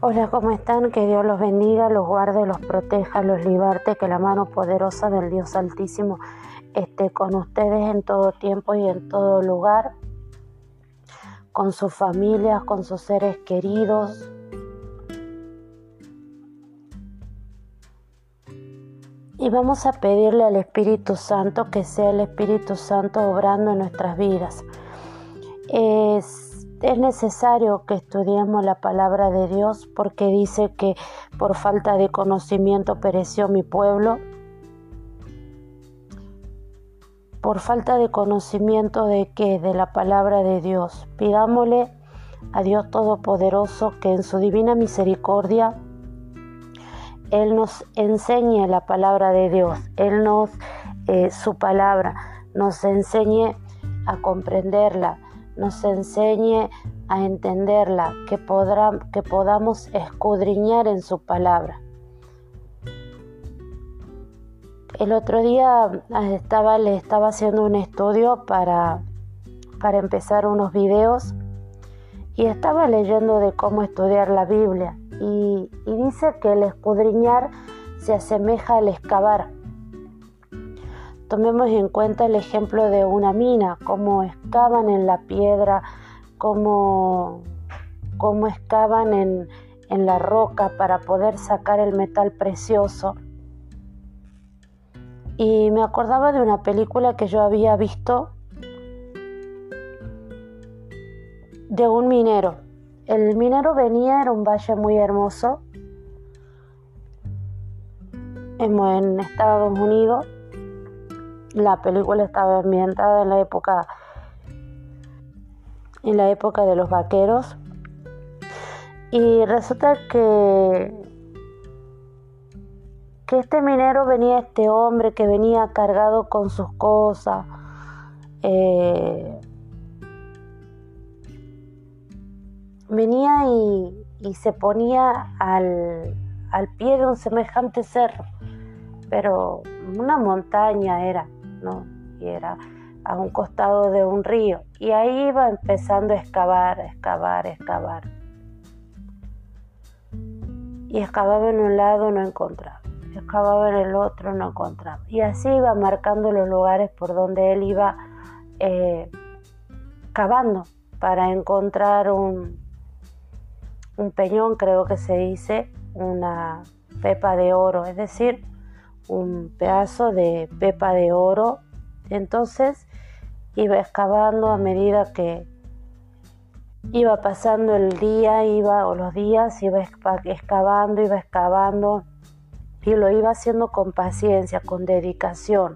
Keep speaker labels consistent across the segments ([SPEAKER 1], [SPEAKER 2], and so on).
[SPEAKER 1] Hola, ¿cómo están? Que Dios los bendiga, los guarde, los proteja, los liberte, que la mano poderosa del Dios Altísimo esté con ustedes en todo tiempo y en todo lugar, con sus familias, con sus seres queridos. Y vamos a pedirle al Espíritu Santo que sea el Espíritu Santo obrando en nuestras vidas. Es necesario que estudiemos la palabra de Dios porque dice que por falta de conocimiento pereció mi pueblo. Por falta de conocimiento de qué, de la palabra de Dios. Pidámosle a Dios Todopoderoso que en su divina misericordia Él nos enseñe la palabra de Dios. Él su palabra, nos enseñe a comprenderla, nos enseñe a entenderla, que podamos escudriñar en su palabra. El otro día le estaba haciendo un estudio para empezar unos videos y estaba leyendo de cómo estudiar la Biblia y dice que el escudriñar se asemeja al excavar. Tomemos en cuenta el ejemplo de una mina, cómo excavan en la piedra, cómo excavan en la roca para poder sacar el metal precioso. Y me acordaba de una película que yo había visto de un minero. El minero venía, era un valle muy hermoso en Estados Unidos. La película estaba ambientada en la época de los vaqueros. Y resulta que este minero venía, este hombre que venía cargado con sus cosas, venía y se ponía al pie de un semejante cerro, pero una montaña era, ¿no? Y era a un costado de un río, y ahí iba empezando a excavar. Y excavaba en un lado, no encontraba. Excavaba en el otro, no encontraba. Y así iba marcando los lugares por donde él iba cavando para encontrar un peñón, creo que se dice, una pepa de oro, es decir, un pedazo de pepa de oro. Entonces iba excavando a medida que iba pasando el día, los días, iba excavando, y lo iba haciendo con paciencia, con dedicación.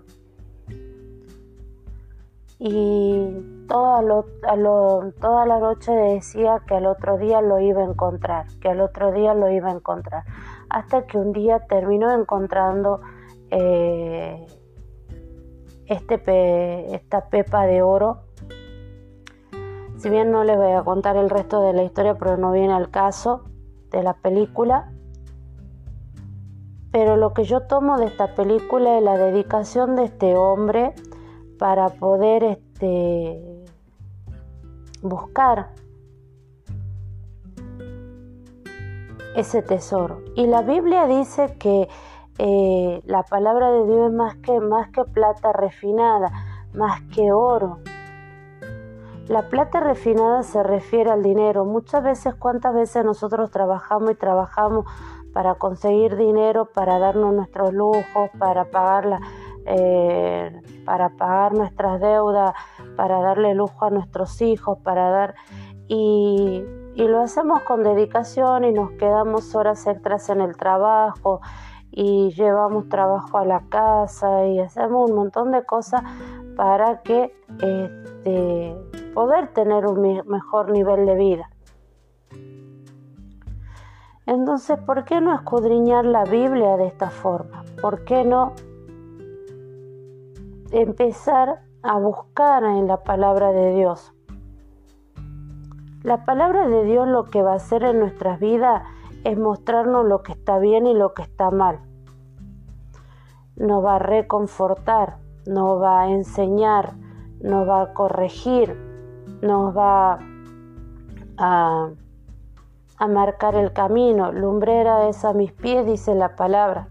[SPEAKER 1] Y toda la noche decía que al otro día lo iba a encontrar, hasta que un día terminó encontrando esta pepa de oro. Si bien no les voy a contar el resto de la historia, pero no viene al caso de la película. Pero lo que yo tomo de esta película es la dedicación de este hombre para poder buscar ese tesoro. Y la Biblia dice que la palabra de Dios es más que plata refinada, más que oro. La plata refinada se refiere al dinero. ¿Cuántas veces nosotros trabajamos para conseguir dinero, para darnos nuestros lujos, para pagar nuestras deudas, para darle lujo a nuestros hijos, y lo hacemos con dedicación y nos quedamos horas extras en el trabajo y llevamos trabajo a la casa y hacemos un montón de cosas para que poder tener un mejor nivel de vida? Entonces, ¿por qué no escudriñar la Biblia de esta forma? ¿Por qué no empezar a buscar en la palabra de Dios? La palabra de Dios lo que va a hacer en nuestras vidas es mostrarnos lo que está bien y lo que está mal. Nos va a reconfortar, nos va a enseñar, nos va a corregir, nos va a a marcar el camino. Lumbrera es a mis pies, dice la palabra.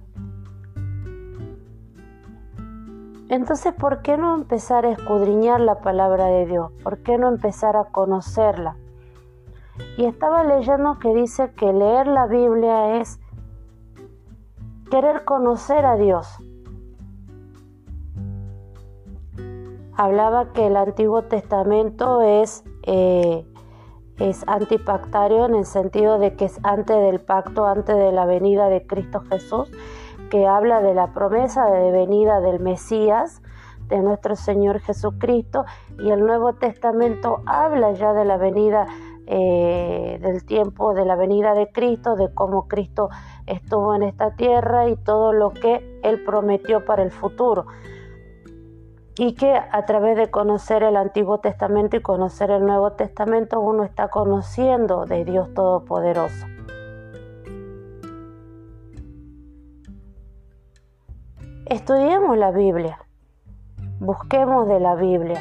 [SPEAKER 1] Entonces, ¿por qué no empezar a escudriñar la palabra de Dios? ¿Por qué no empezar a conocerla? Y estaba leyendo que dice que leer la Biblia es querer conocer a Dios. Hablaba que el Antiguo Testamento es antipactario, en el sentido de que es antes del pacto, antes de la venida de Cristo Jesús, que habla de la promesa de venida del Mesías, de nuestro Señor Jesucristo, y el Nuevo Testamento habla ya de la venida del tiempo, de la venida de Cristo, de cómo Cristo estuvo en esta tierra y todo lo que Él prometió para el futuro. Y que a través de conocer el Antiguo Testamento y conocer el Nuevo Testamento, uno está conociendo de Dios Todopoderoso. Estudiemos la Biblia, busquemos de la Biblia,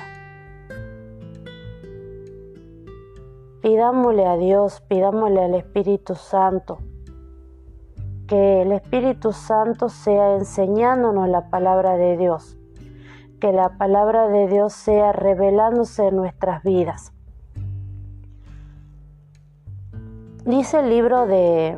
[SPEAKER 1] pidámosle a Dios, pidámosle al Espíritu Santo, que el Espíritu Santo sea enseñándonos la palabra de Dios, que la palabra de Dios sea revelándose en nuestras vidas. Dice el libro de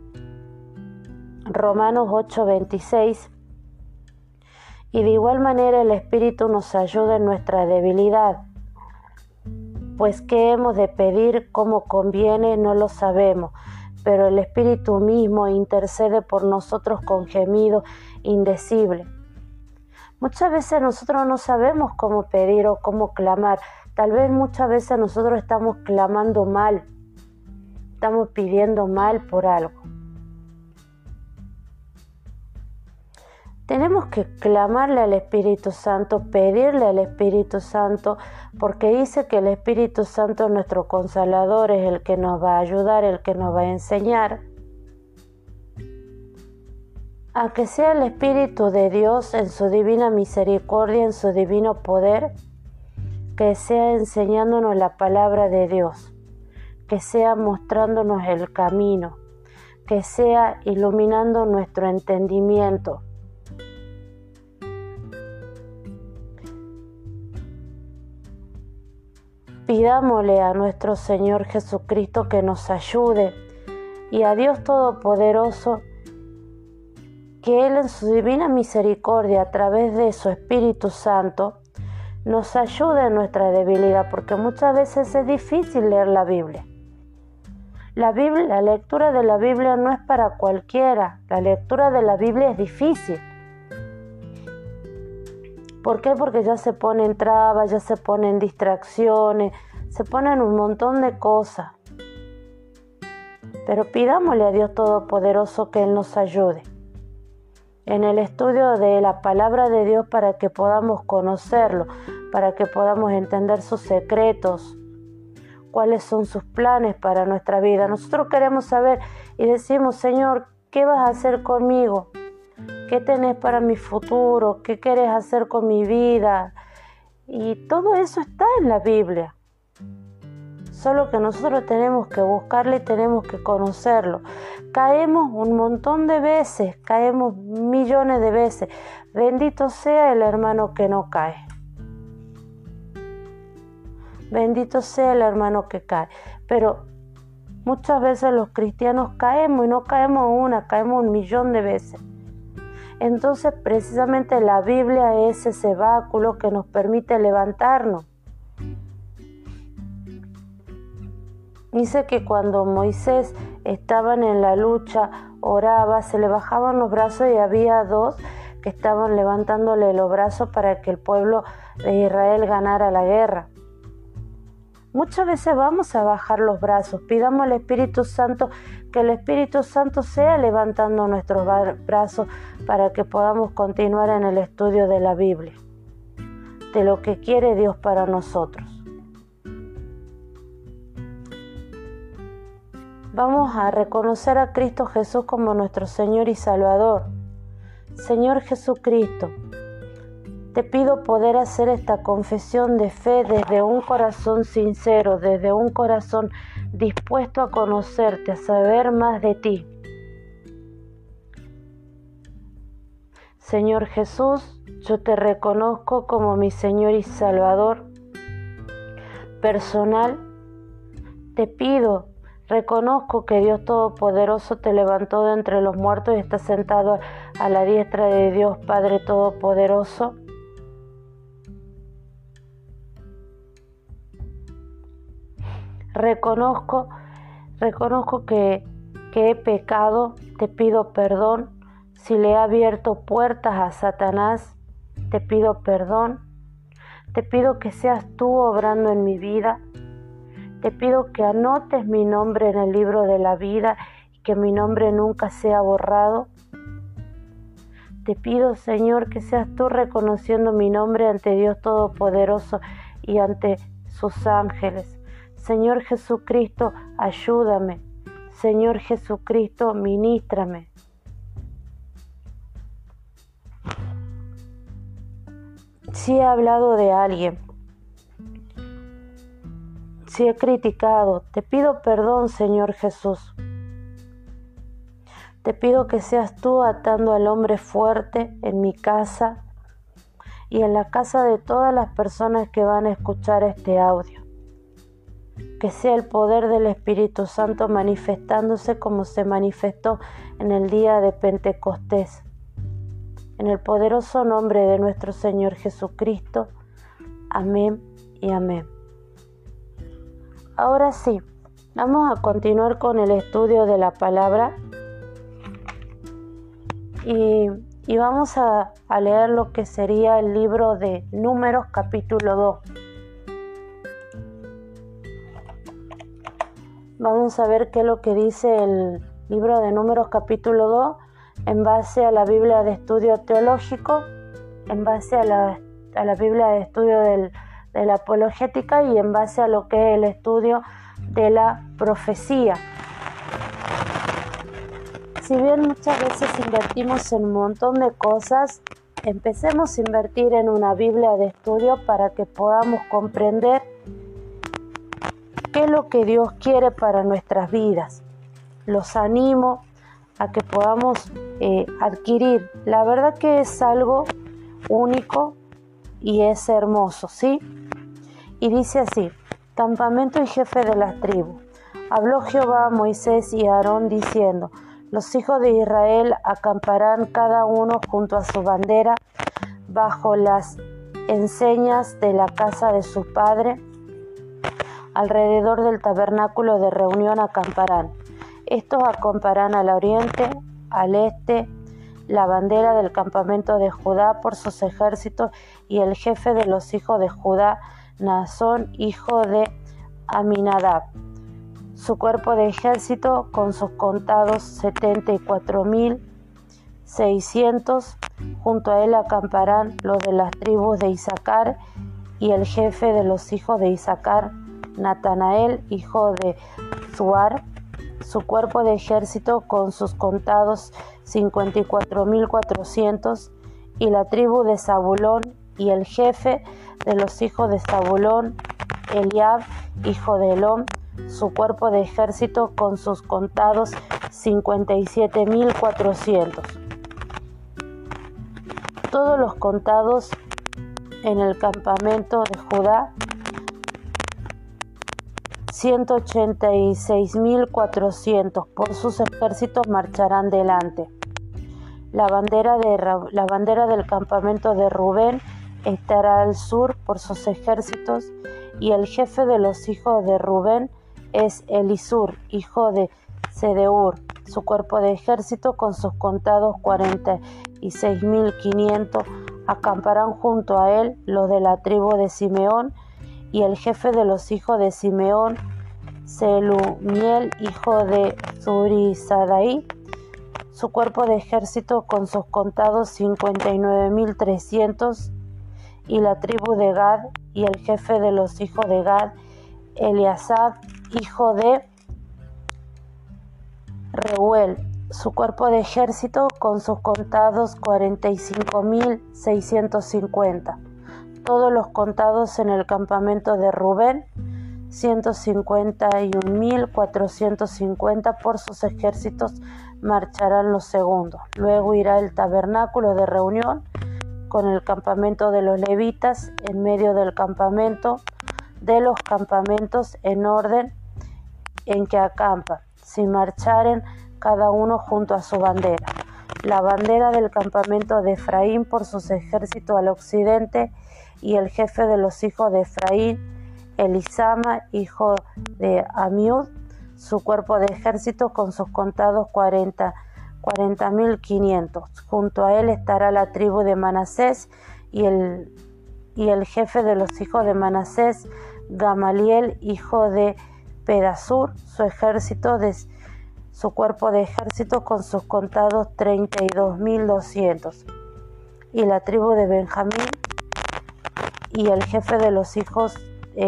[SPEAKER 1] Romanos 8:26, y de igual manera el Espíritu nos ayuda en nuestra debilidad, pues qué hemos de pedir como conviene no lo sabemos, pero el Espíritu mismo intercede por nosotros con gemidos indecibles. Muchas veces nosotros no sabemos cómo pedir o cómo clamar. Tal vez muchas veces nosotros estamos clamando mal, estamos pidiendo mal por algo. Tenemos que clamarle al Espíritu Santo, pedirle al Espíritu Santo, porque dice que el Espíritu Santo es nuestro consolador, es el que nos va a ayudar, el que nos va a enseñar. A que sea el Espíritu de Dios en su divina misericordia, en su divino poder, que sea enseñándonos la palabra de Dios, que sea mostrándonos el camino, que sea iluminando nuestro entendimiento. Pidámosle a nuestro Señor Jesucristo que nos ayude, y a Dios Todopoderoso, que Él en su divina misericordia, a través de su Espíritu Santo, nos ayude en nuestra debilidad, porque muchas veces es difícil leer la Biblia. La lectura de la Biblia no es para cualquiera, la lectura de la Biblia es difícil. ¿Por qué? Porque ya se ponen trabas, ya se ponen distracciones, se ponen un montón de cosas. Pero pidámosle a Dios Todopoderoso que Él nos ayude en el estudio de la palabra de Dios, para que podamos conocerlo, para que podamos entender sus secretos, cuáles son sus planes para nuestra vida. Nosotros queremos saber y decimos: Señor, ¿qué vas a hacer conmigo? ¿Qué tenés para mi futuro? ¿Qué querés hacer con mi vida? Y todo eso está en la Biblia. Solo que nosotros tenemos que buscarle y tenemos que conocerlo. Caemos un montón de veces, caemos millones de veces. Bendito sea el hermano que no cae. Bendito sea el hermano que cae. Pero muchas veces los cristianos caemos, y no caemos una, caemos un millón de veces. Entonces, precisamente la Biblia es ese báculo que nos permite levantarnos. Dice que cuando Moisés estaba en la lucha, oraba, se le bajaban los brazos y había dos que estaban levantándole los brazos para que el pueblo de Israel ganara la guerra. Muchas veces vamos a bajar los brazos, pidamos al Espíritu Santo, que el Espíritu Santo sea levantando nuestros brazos para que podamos continuar en el estudio de la Biblia, de lo que quiere Dios para nosotros. Vamos a reconocer a Cristo Jesús como nuestro Señor y Salvador. Señor Jesucristo, Te pido poder hacer esta confesión de fe desde un corazón sincero, desde un corazón dispuesto a conocerte, a saber más de ti. Señor Jesús, yo te reconozco como mi Señor y Salvador personal. Te pido, reconozco que Dios Todopoderoso te levantó de entre los muertos y está sentado a la diestra de Dios Padre Todopoderoso. Reconozco que he pecado, te pido perdón. Si le he abierto puertas a Satanás, te pido perdón. Te pido que seas tú obrando en mi vida. Te pido que anotes mi nombre en el libro de la vida y que mi nombre nunca sea borrado. Te pido, Señor, que seas tú reconociendo mi nombre ante Dios Todopoderoso y ante sus ángeles. Señor Jesucristo, ayúdame. Señor Jesucristo, ministrame. Si he hablado de alguien, si he criticado, te pido perdón, Señor Jesús. Te pido que seas tú atando al hombre fuerte en mi casa y en la casa de todas las personas que van a escuchar este audio. Que sea el poder del Espíritu Santo manifestándose como se manifestó en el día de Pentecostés. En el poderoso nombre de nuestro Señor Jesucristo. Amén y amén. Ahora sí, vamos a continuar con el estudio de la palabra y vamos a leer lo que sería el libro de Números capítulo 2. Vamos a ver qué es lo que dice el libro de Números capítulo 2 en base a la Biblia de Estudio Teológico, en base a la Biblia de Estudio de la Apologética y en base a lo que es el estudio de la profecía. Si bien muchas veces invertimos en un montón de cosas, empecemos a invertir en una Biblia de estudio para que podamos comprender qué es lo que Dios quiere para nuestras vidas. Los animo a que podamos adquirir. La verdad que es algo único y es hermoso, ¿sí? Y dice así: campamento y jefe de las tribus. Habló Jehová a Moisés y a Aarón diciendo: los hijos de Israel acamparán cada uno junto a su bandera bajo las enseñas de la casa de su padre. Alrededor del tabernáculo de reunión acamparán. Estos acamparán al oriente, al este, la bandera del campamento de Judá por sus ejércitos y el jefe de los hijos de Judá, Naasón, hijo de Aminadab. Su cuerpo de ejército con sus contados 74,600. Junto a él acamparán los de las tribus de Isaacar y el jefe de los hijos de Isaacar, Natanael, hijo de Zuar. Su cuerpo de ejército con sus contados 54,400. Y la tribu de Zabulón y el jefe de los hijos de Zabulón, Eliab, hijo de Helón. Su cuerpo de ejército con sus contados 57,400. Todos los contados en el campamento de Judá 186,400. Por sus ejércitos marcharán delante. La bandera del campamento de Rubén estará al sur por sus ejércitos, y el jefe de los hijos de Rubén es Elisur, hijo de Sedeur. Su cuerpo de ejército con sus contados 46,500. Acamparán junto a él los de la tribu de Simeón, y el jefe de los hijos de Simeón, Selumiel, hijo de Zurisadaí. Su cuerpo de ejército con sus contados 59,300. Y la tribu de Gad, y el jefe de los hijos de Gad, Eliasab, hijo de Reuel. su cuerpo de ejército con sus contados 45.650. Todos los contados en el campamento de Rubén, 151.450. Por sus ejércitos marcharán los segundos. Luego irá el tabernáculo de reunión con el campamento de los levitas en medio del campamento, de los campamentos en orden en que acampan, si marcharen cada uno junto a su bandera. La bandera del campamento de Efraín por sus ejércitos al occidente, y el jefe de los hijos de Efraín, Elisama, hijo de Amiud, su cuerpo de ejército con sus contados 40.500. Junto a él estará la tribu de Manasés y el jefe de los hijos de Manasés, Gamaliel, hijo de Pedasur, su cuerpo de ejército con sus contados 32.200. Y la tribu de Benjamín y el jefe de los hijos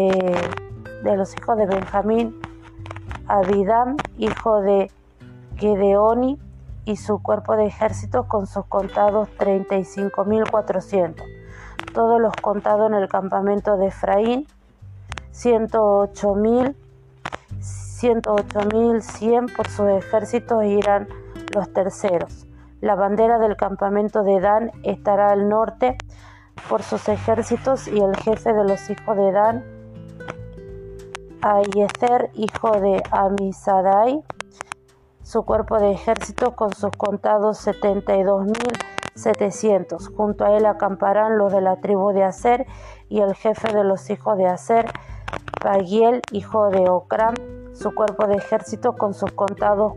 [SPEAKER 1] de Benjamín, Abidam, hijo de Gedeoni, y su cuerpo de ejército con sus contados 35.400. Todos los contados en el campamento de Efraín, 108.100. Por sus ejércitos irán los terceros. La bandera del campamento de Dan estará al norte por sus ejércitos, y el jefe de los hijos de Dan, Ahiezer, hijo de Amisadai, su cuerpo de ejército con sus contados 72.700. Junto a él acamparán los de la tribu de Aser, y el jefe de los hijos de Aser, Pagiel, hijo de Ocram, su cuerpo de ejército con sus contados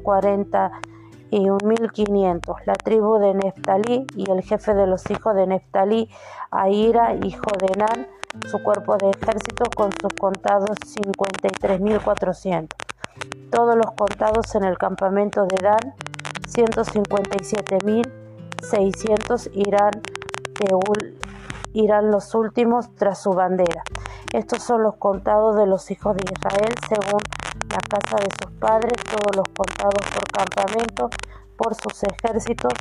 [SPEAKER 1] 41.500. La tribu de Neftalí y el jefe de los hijos de Neftalí, Ahira, hijo de Nan, su cuerpo de ejército con sus contados 53.400. Todos los contados en el campamento de Dan, 157.600. Irán los últimos tras su bandera. Estos son los contados de los hijos de Israel según la casa de sus padres, todos los contados por campamento, por sus ejércitos,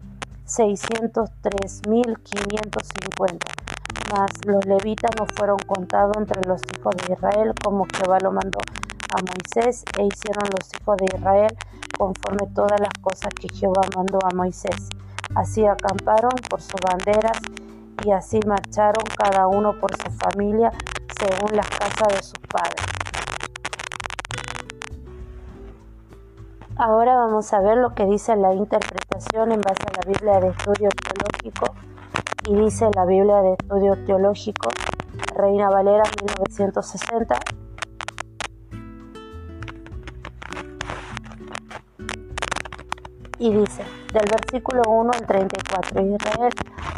[SPEAKER 1] 603.550. Mas los levitas no fueron contados entre los hijos de Israel, como Jehová lo mandó a Moisés, e hicieron los hijos de Israel conforme todas las cosas que Jehová mandó a Moisés. Así acamparon por sus banderas, y así marcharon cada uno por su familia, según las casas de sus padres. Ahora vamos a ver lo que dice la interpretación en base a la Biblia de Estudio Teológico. Y dice la Biblia de Estudio Teológico, Reina Valera 1960. Y dice, del versículo 1 al 34, Israel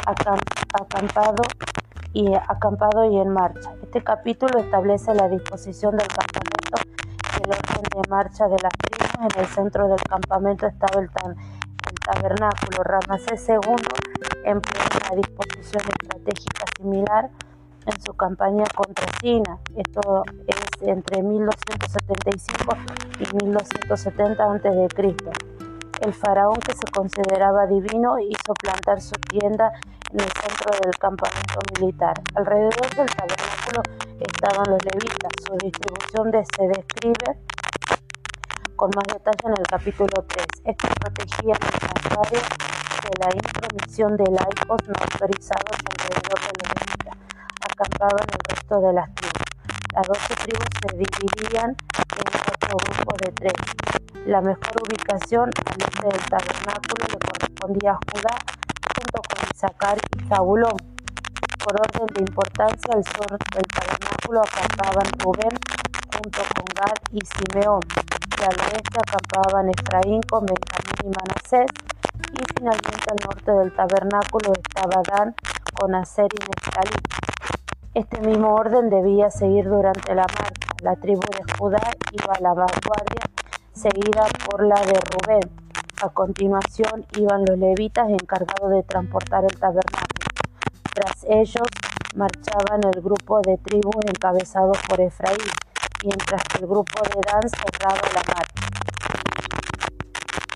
[SPEAKER 1] acampado y en marcha. Este capítulo establece la disposición del campamento y el orden de marcha de las tribus. En el centro del campamento estaba el tabernáculo. Ramsés II empleó una disposición estratégica similar en su campaña contra Sina. Esto es entre 1275 y 1270 a.C. El faraón, que se consideraba divino, hizo plantar su tienda en el centro del campamento militar. Alrededor del tabernáculo estaban los levitas. Su distribución se describe con más detalle en el capítulo 3. Estos protegían el santuario de la intromisión de laicos no autorizados alrededor de los levitas. Acampaban el resto de las tribus. Las 12 tribus se dividían en 4 grupos de 3. La mejor ubicación al este del tabernáculo le correspondía a Judá, junto con Isaacar y Zabulón. Por orden de importancia, al sur del tabernáculo acampaban Rubén, junto con Gad y Simeón, y al oeste acampaban Efraín con Benjamín y Manasés, y finalmente al norte del tabernáculo estaba Dan con Aser y Neftalí. Este mismo orden debía seguir durante la marcha. La tribu de Judá iba a la vanguardia, seguida por la de Rubén. A continuación iban los levitas encargados de transportar el tabernáculo. Tras ellos marchaban el grupo de tribus encabezados por Efraín, mientras que el grupo de Dan cerraba la marcha.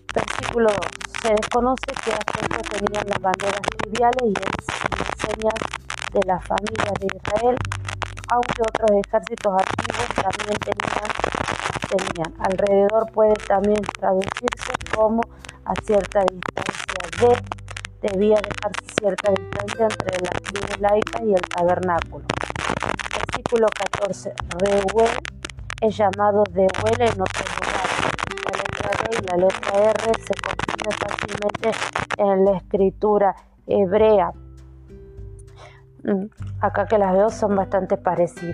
[SPEAKER 1] Versículo 2. Se desconoce qué aspecto tenían las banderas triviales y enseñas de la familia de Israel, aunque otros ejércitos antiguos también tenían. Alrededor puede también traducirse como a cierta distancia debía dejarse cierta distancia entre las tribus laicas y el tabernáculo. Versículo 14. Reuel es llamado Deuel en otros lugares. La letra D y la letra R se confunden fácilmente en la escritura hebrea. Acá que las veo son bastante parecidas.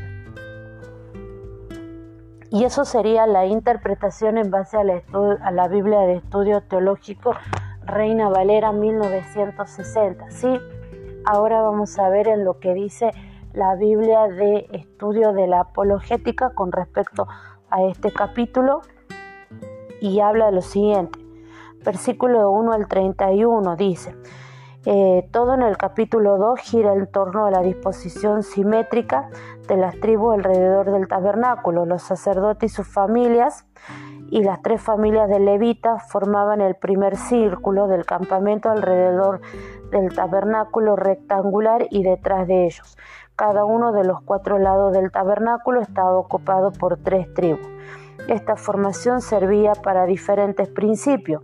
[SPEAKER 1] Y eso sería la interpretación en base a la Biblia de Estudio Teológico Reina Valera 1960. ¿Sí? Ahora vamos a ver en lo que dice la Biblia de Estudio de la Apologética con respecto a este capítulo, y habla de lo siguiente. Versículo 1 al 31 dice: todo en el capítulo 2 gira en torno a la disposición simétrica de las tribus alrededor del tabernáculo. Los sacerdotes y sus familias y las 3 familias de levitas formaban el primer círculo del campamento alrededor del tabernáculo rectangular y detrás de ellos. Cada uno de los 4 lados del tabernáculo estaba ocupado por 3 tribus. Esta formación servía para diferentes principios.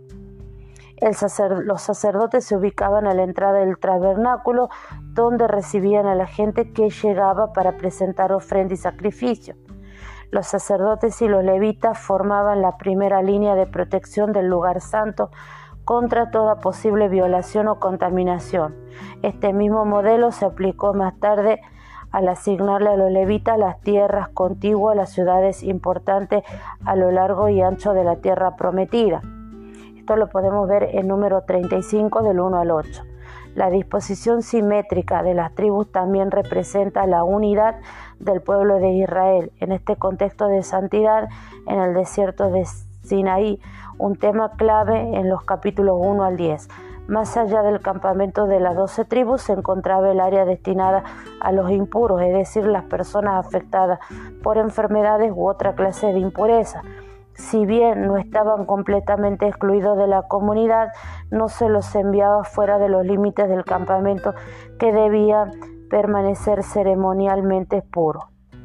[SPEAKER 1] Los sacerdotes se ubicaban a la entrada del tabernáculo, donde recibían a la gente que llegaba para presentar ofrenda y sacrificio. Los sacerdotes y los levitas formaban la primera línea de protección del lugar santo contra toda posible violación o contaminación. Este mismo modelo se aplicó más tarde al asignarle a los levitas las tierras contiguas a las ciudades importantes a lo largo y ancho de la tierra prometida. Esto lo podemos ver en número 35 del 1 al 8. La disposición simétrica de las tribus también representa la unidad del pueblo de Israel en este contexto de santidad en el desierto de Sinaí, un tema clave en los capítulos 1 al 10. Más allá del campamento de las 12 tribus se encontraba el área destinada a los impuros, es decir, las personas afectadas por enfermedades u otra clase de impureza. Si bien no estaban completamente excluidos de la comunidad, no se los enviaba fuera de los límites del campamento, que debían permanecer ceremonialmente puros.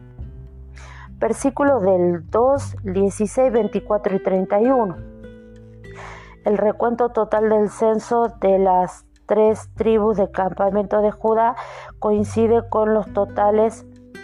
[SPEAKER 1] Versículos del 2, 16, 24 y 31. El recuento total del censo de las 3 tribus del campamento de Judá coincide con los totales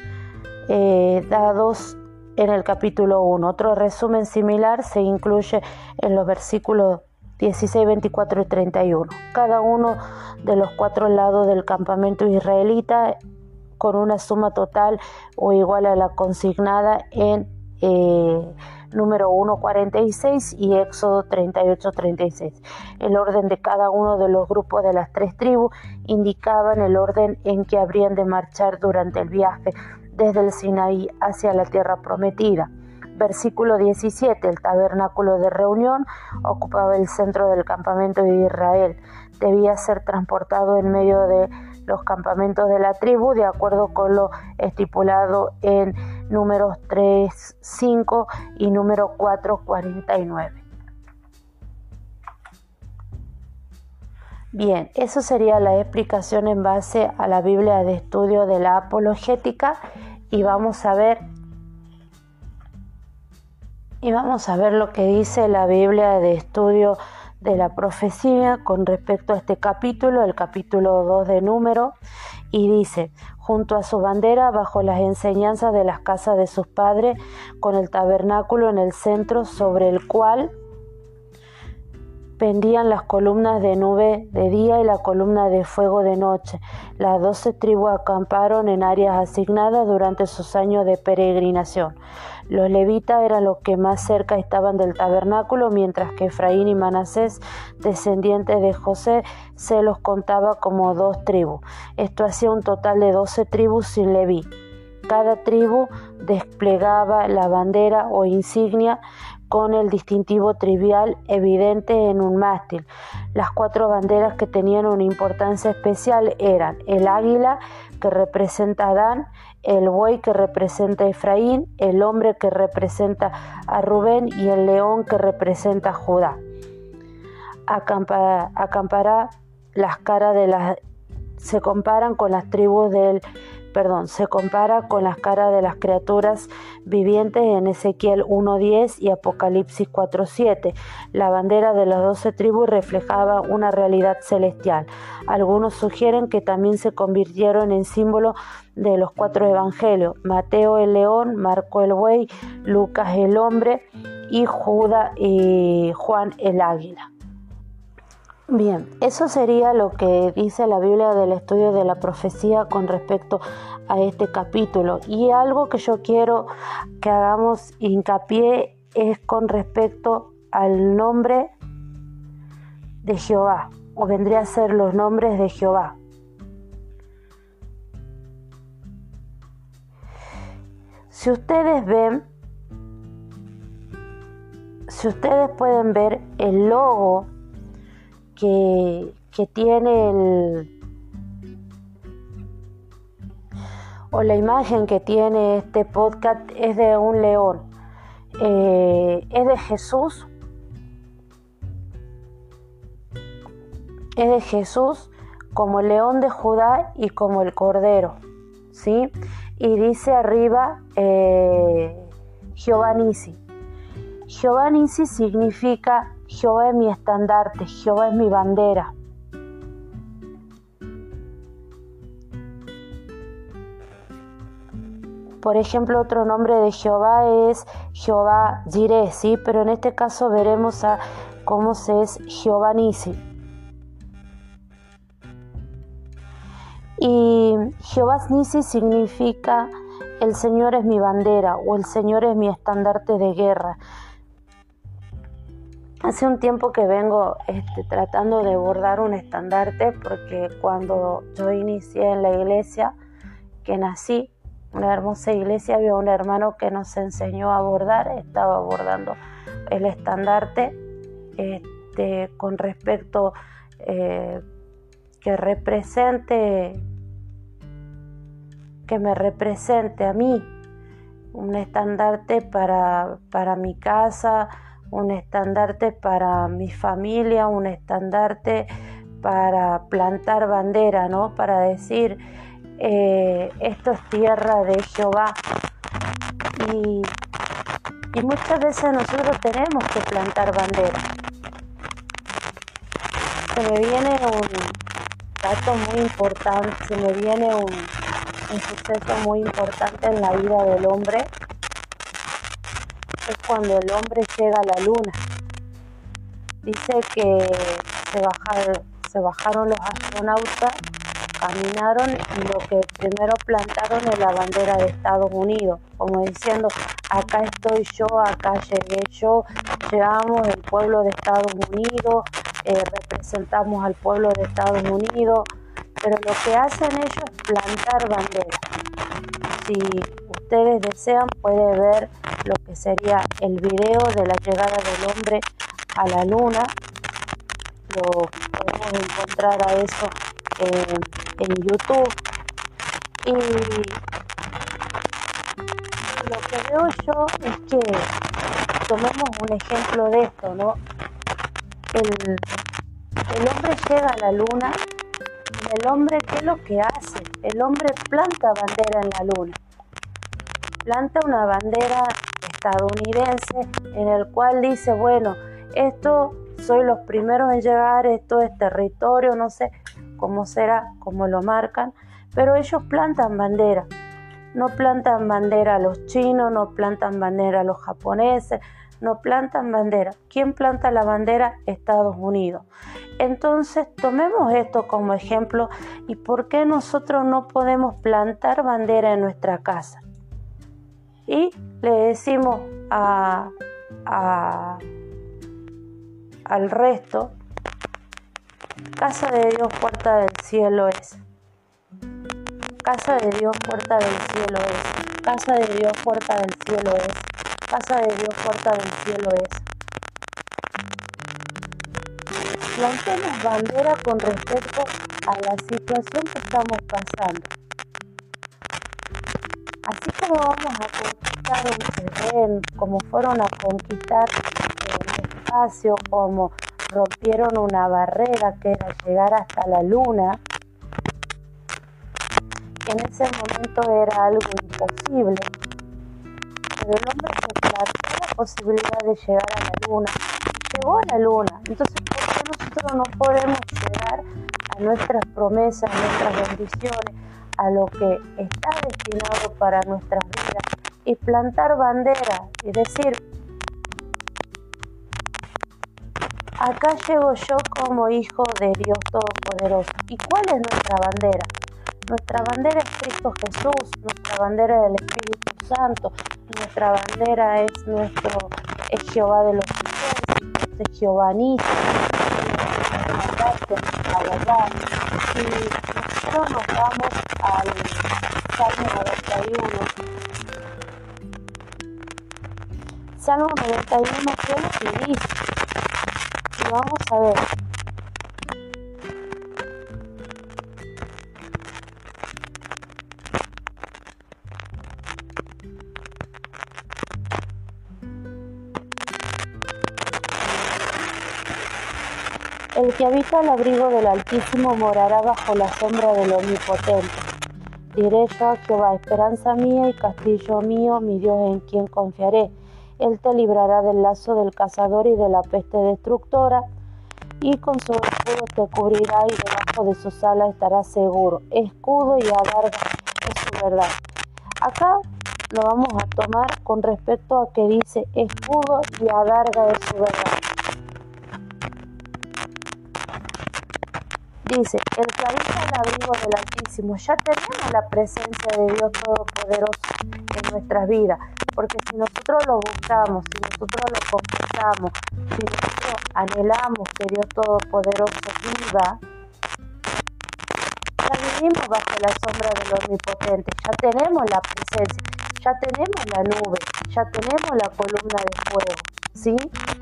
[SPEAKER 1] dados en el capítulo 1. Otro resumen similar se incluye en los versículos 16, 24 y 31. Cada uno de los 4 lados del campamento israelita con una suma total o igual a la consignada en número 1:46 y Éxodo 38:36. El orden de cada uno de los grupos de las 3 tribus indicaban el orden en que habrían de marchar durante el viaje desde el Sinaí hacia la tierra prometida. Versículo 17. El tabernáculo de reunión ocupaba el centro del campamento de Israel. Debía ser transportado en medio de los campamentos de la tribu, de acuerdo con lo estipulado en números 3:5 y número 4:49. Bien, eso sería la explicación en base a la Biblia de Estudio de la Apologética, y vamos a ver lo que dice la Biblia de Estudio de la Profecía con respecto a este capítulo, el capítulo 2 de Número, y dice: junto a su bandera, bajo las enseñanzas de las casas de sus padres, con el tabernáculo en el centro, sobre el cual pendían las columnas de nube de día y la columna de fuego de noche. Las 12 tribus acamparon en áreas asignadas durante sus años de peregrinación. Los levitas eran los que más cerca estaban del tabernáculo, mientras que Efraín y Manasés, descendientes de José, se los contaba como 2 tribus. Esto hacía un total de 12 tribus sin Leví. Cada tribu desplegaba la bandera o insignia con el distintivo trivial evidente en un mástil. Las 4 banderas que tenían una importancia especial eran el águila, que representa a Dan, el buey, que representa a Efraín, el hombre, que representa a Rubén, y el león, que representa a Judá. acampará las caras de las se comparan con las tribus se compara con las caras de las criaturas vivientes en Ezequiel 1:10 y Apocalipsis 4:7. La bandera de las 12 tribus reflejaba una realidad celestial. Algunos sugieren que también se convirtieron en símbolo de los 4 evangelios: Mateo el león, Marco el buey, Lucas el hombre y Judas y Juan el águila. Bien, eso sería lo que dice la Biblia del estudio de la profecía con respecto a este capítulo. Y algo que yo quiero que hagamos hincapié es con respecto al nombre de Jehová, o vendría a ser los nombres de Jehová. Si ustedes pueden ver el logo que tiene o la imagen que tiene este podcast es de un león, es de Jesús, como el león de Judá y como el cordero, ¿sí? Y dice arriba Jehová Nisi. Jehová Nisi significa Jehová es mi estandarte, Jehová es mi bandera. Por ejemplo, otro nombre de Jehová es Jehová Jireh, ¿sí? Pero en este caso veremos cómo es Jehová Nisi. Y Jehová Nisi significa el Señor es mi bandera o el Señor es mi estandarte de guerra. Hace un tiempo que vengo tratando de bordar un estandarte, porque cuando yo inicié en la iglesia, que nací, una hermosa iglesia, había un hermano que nos enseñó a bordar, estaba bordando el estandarte con respecto que me represente a mí, un estandarte para mi casa, un estandarte para mi familia, un estandarte para plantar bandera, ¿no? Para decir, esto es tierra de Jehová. Y muchas veces nosotros tenemos que plantar bandera. Se me viene un dato muy importante, se me viene un suceso muy importante en la vida del hombre. Es cuando el hombre llega a la luna. Dice que se bajaron los astronautas, caminaron y lo que primero plantaron es la bandera de Estados Unidos, como diciendo, acá estoy yo, acá llegué yo, llegamos el pueblo de Estados Unidos, representamos al pueblo de Estados Unidos, pero lo que hacen ellos es plantar bandera. Si ustedes desean, pueden ver lo que sería el video de la llegada del hombre a la luna. Lo podemos encontrar a eso en YouTube. Y lo que veo yo es que tomemos un ejemplo de esto, ¿no? El hombre llega a la luna. El hombre, ¿qué es lo que hace? El hombre planta bandera en la luna. Planta una bandera estadounidense en el cual dice, bueno, esto soy los primeros en llegar, esto es territorio, no sé cómo será, cómo lo marcan, pero ellos plantan bandera. No plantan bandera a los chinos, no plantan bandera a los japoneses, no plantan bandera. ¿Quién planta la bandera? Estados Unidos. Entonces, tomemos esto como ejemplo. ¿Y por qué nosotros no podemos plantar bandera en nuestra casa? Y le decimos al resto, casa de Dios, puerta del cielo es. Casa de Dios, puerta del cielo es. Casa de Dios, puerta del cielo es. Casa de Dios, puerta del cielo es. Plantemos bandera con respecto a la situación que estamos pasando. Así como vamos a conquistar un terreno, como fueron a conquistar un espacio, como rompieron una barrera que era llegar hasta la luna. En ese momento era algo imposible, pero el hombre se planteó la posibilidad de llegar a la luna, llegó a la luna. Entonces, ¿por qué nosotros no podemos llegar a nuestras promesas, a nuestras bendiciones, a lo que está destinado para nuestras vidas y plantar bandera y decir: acá llego yo como hijo de Dios Todopoderoso? ¿Y cuál es nuestra bandera? Nuestra bandera es Cristo Jesús, nuestra bandera es el Espíritu Santo, nuestra bandera es Jehová de los ejércitos, es Jehová Nissi, la verdad. Y nosotros nos vamos al Salmo 91. Salmo 91, ¿qué es lo que dice? Y vamos a ver. El que habita al abrigo del Altísimo morará bajo la sombra del Omnipotente. Diré yo a Jehová: esperanza mía y castillo mío, mi Dios en quien confiaré. Él te librará del lazo del cazador y de la peste destructora, y con su escudo te cubrirá, y debajo de sus alas estarás seguro. Escudo y adarga es su verdad. Acá lo vamos a tomar con respecto a que dice escudo y adarga es su verdad. Dice: el que habita el abrigo del Altísimo. Ya tenemos la presencia de Dios Todopoderoso en nuestras vidas, porque si nosotros lo buscamos, si nosotros lo confesamos, si nosotros anhelamos que Dios Todopoderoso viva, ya vivimos bajo la sombra del Omnipotente, ya tenemos la presencia, ya tenemos la nube, ya tenemos la columna de fuego, ¿sí?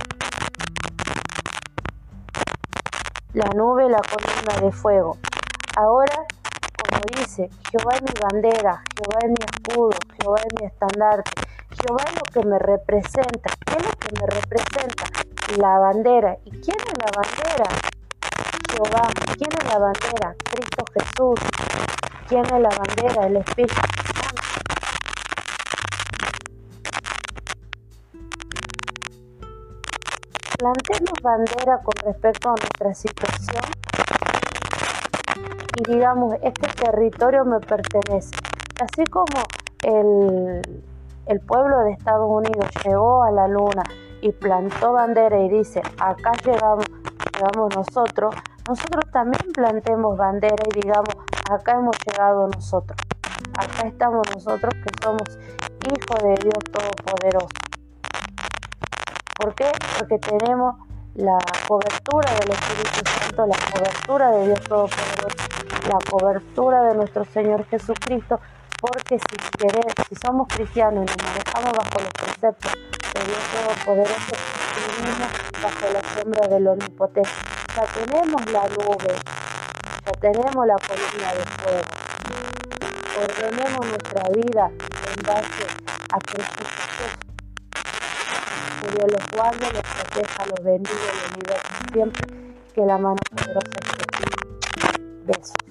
[SPEAKER 1] La nube, la columna de fuego. Ahora, como dice, Jehová es mi bandera, Jehová es mi escudo, Jehová es mi estandarte, Jehová es lo que me representa. ¿Qué es lo que me representa? La bandera. ¿Y quién es la bandera? Jehová. ¿Quién es la bandera? Cristo Jesús. ¿Quién es la bandera? El Espíritu Santo. Plantemos bandera con respecto a nuestra situación y digamos: este territorio me pertenece. Así como el pueblo de Estados Unidos llegó a la luna y plantó bandera y dice: acá llegamos nosotros también plantemos bandera y digamos: acá hemos llegado nosotros, acá estamos nosotros que somos hijos de Dios Todopoderoso. ¿Por qué? Porque tenemos la cobertura del Espíritu Santo, la cobertura de Dios Todopoderoso, la cobertura de nuestro Señor Jesucristo, porque si somos cristianos y nos manejamos bajo los preceptos de Dios Todopoderoso, vivimos bajo la sombra del Omnipotente. Ya tenemos la nube, ya tenemos la columna de fuego. Ordenemos nuestra vida en base a Cristo Jesús. Que Dios los guarde, los proteja, los bendiga, los libere siempre, que la mano poderosa esté. Besos.